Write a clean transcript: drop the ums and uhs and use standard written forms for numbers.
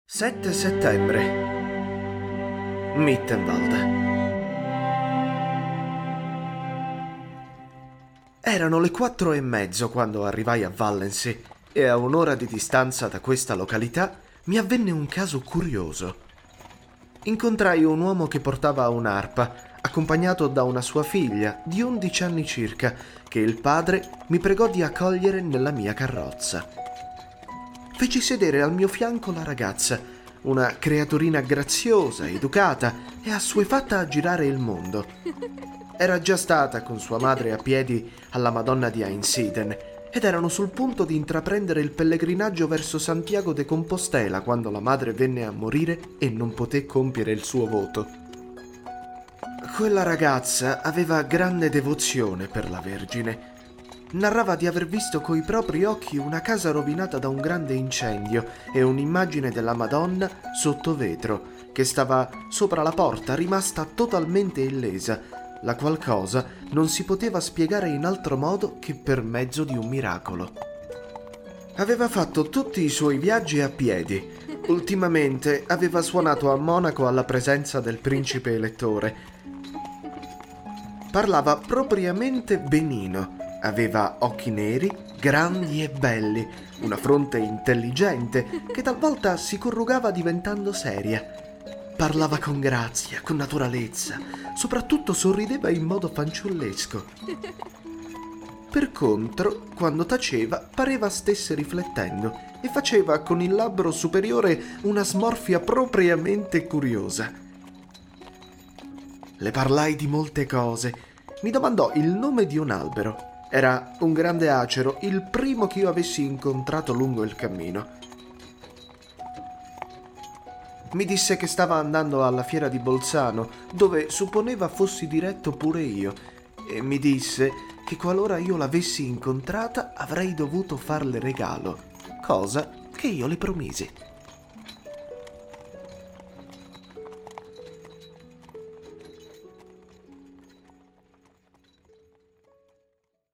7 settembre. Mittenwald. Erano le 4:30 quando arrivai a Vallensee e a un'ora di distanza da questa località mi avvenne un caso curioso. Incontrai un uomo che portava un'arpa, accompagnato da una sua figlia di 11 anni circa, che il padre mi pregò di accogliere nella mia carrozza. Feci sedere al mio fianco la ragazza, una creaturina graziosa, educata e assuefatta a girare il mondo. Era già stata con sua madre a piedi alla Madonna di Einsiedeln ed erano sul punto di intraprendere il pellegrinaggio verso Santiago de Compostela quando la madre venne a morire e non poté compiere il suo voto. Quella ragazza aveva grande devozione per la Vergine. Narrava di aver visto coi propri occhi una casa rovinata da un grande incendio e un'immagine della Madonna sotto vetro, che stava sopra la porta, rimasta totalmente illesa, la qual cosa non si poteva spiegare in altro modo che per mezzo di un miracolo. Aveva fatto tutti i suoi viaggi a piedi. Ultimamente aveva suonato a Monaco alla presenza del principe elettore. Parlava propriamente benino. Aveva occhi neri, grandi e belli, una fronte intelligente che talvolta si corrugava diventando seria. Parlava con grazia, con naturalezza, soprattutto sorrideva in modo fanciullesco. Per contro, quando taceva, pareva stesse riflettendo e faceva con il labbro superiore una smorfia propriamente curiosa. Le parlai di molte cose. Mi domandò il nome di un albero. Era un grande acero, il primo che io avessi incontrato lungo il cammino. Mi disse che stava andando alla fiera di Bolzano, dove supponeva fossi diretto pure io, e mi disse che qualora io l'avessi incontrata avrei dovuto farle regalo, cosa che io le promisi.